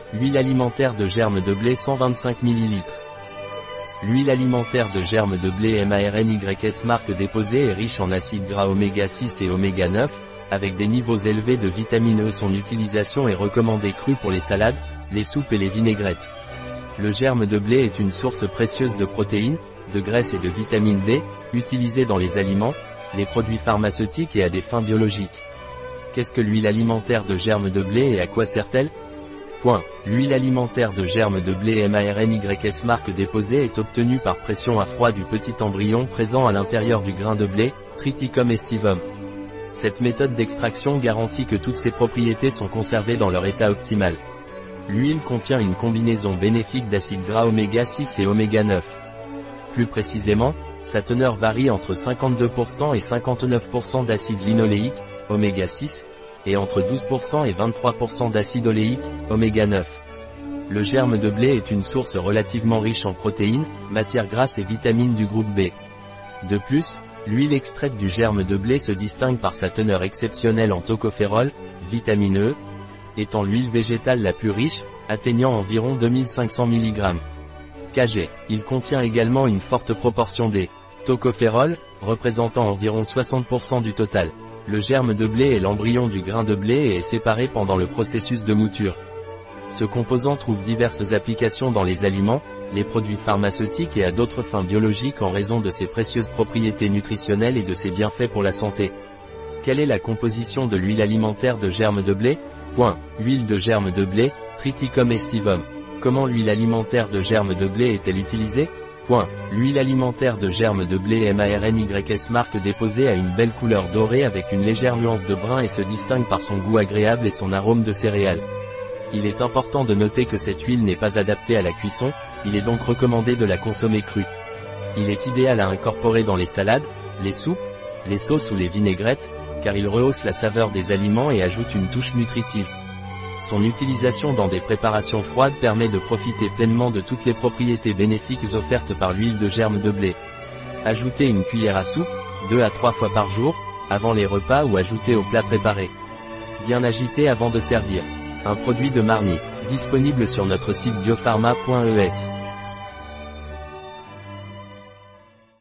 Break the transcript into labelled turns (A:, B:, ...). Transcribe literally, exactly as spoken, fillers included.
A: Huile alimentaire de germe de blé cent vingt-cinq millilitres. L'huile alimentaire de germe de blé MARNYS marque déposée est riche en acides gras oméga six et oméga neuf, avec des niveaux élevés de vitamine E. Son utilisation est recommandée crue pour les salades, les soupes et les vinaigrettes. Le germe de blé est une source précieuse de protéines, de graisses et de vitamine B, utilisée dans les aliments, les produits pharmaceutiques et à des fins biologiques. Qu'est-ce que l'huile alimentaire de germe de blé et à quoi sert-elle? Point. L'huile alimentaire de germe de blé MARNYS marque déposée est obtenue par pression à froid du petit embryon présent à l'intérieur du grain de blé, Triticum aestivum. Cette méthode d'extraction garantit que toutes ses propriétés sont conservées dans leur état optimal. L'huile contient une combinaison bénéfique d'acides gras oméga six et oméga neuf. Plus précisément, sa teneur varie entre cinquante-deux pour cent et cinquante-neuf pour cent d'acide linoléique, oméga six, et entre douze pour cent et vingt-trois pour cent d'acide oléique, oméga neuf. Le germe de blé est une source relativement riche en protéines, matières grasses et vitamines du groupe B. De plus, l'huile extraite du germe de blé se distingue par sa teneur exceptionnelle en tocophérol, vitamine E, étant l'huile végétale la plus riche, atteignant environ deux mille cinq cents milligrammes. Kg. Il contient également une forte proportion des tocophérol, représentant environ soixante pour cent du total. Le germe de blé est l'embryon du grain de blé et est séparé pendant le processus de mouture. Ce composant trouve diverses applications dans les aliments, les produits pharmaceutiques et à d'autres fins biologiques en raison de ses précieuses propriétés nutritionnelles et de ses bienfaits pour la santé. Quelle est la composition de l'huile alimentaire de germe de blé? Point. Huile de germe de blé, Triticum aestivum. Comment l'huile alimentaire de germe de blé est-elle utilisée? Point. L'huile alimentaire de germe de blé MARNYS marque déposée a une belle couleur dorée avec une légère nuance de brun et se distingue par son goût agréable et son arôme de céréales. Il est important de noter que cette huile n'est pas adaptée à la cuisson, il est donc recommandé de la consommer crue. Il est idéal à incorporer dans les salades, les soupes, les sauces ou les vinaigrettes, car il rehausse la saveur des aliments et ajoute une touche nutritive. Son utilisation dans des préparations froides permet de profiter pleinement de toutes les propriétés bénéfiques offertes par l'huile de germe de blé. Ajoutez une cuillère à soupe, deux à trois fois par jour, avant les repas ou ajoutez au plat préparé. Bien agiter avant de servir. Un produit de Marni, disponible sur notre site biopharma point E S.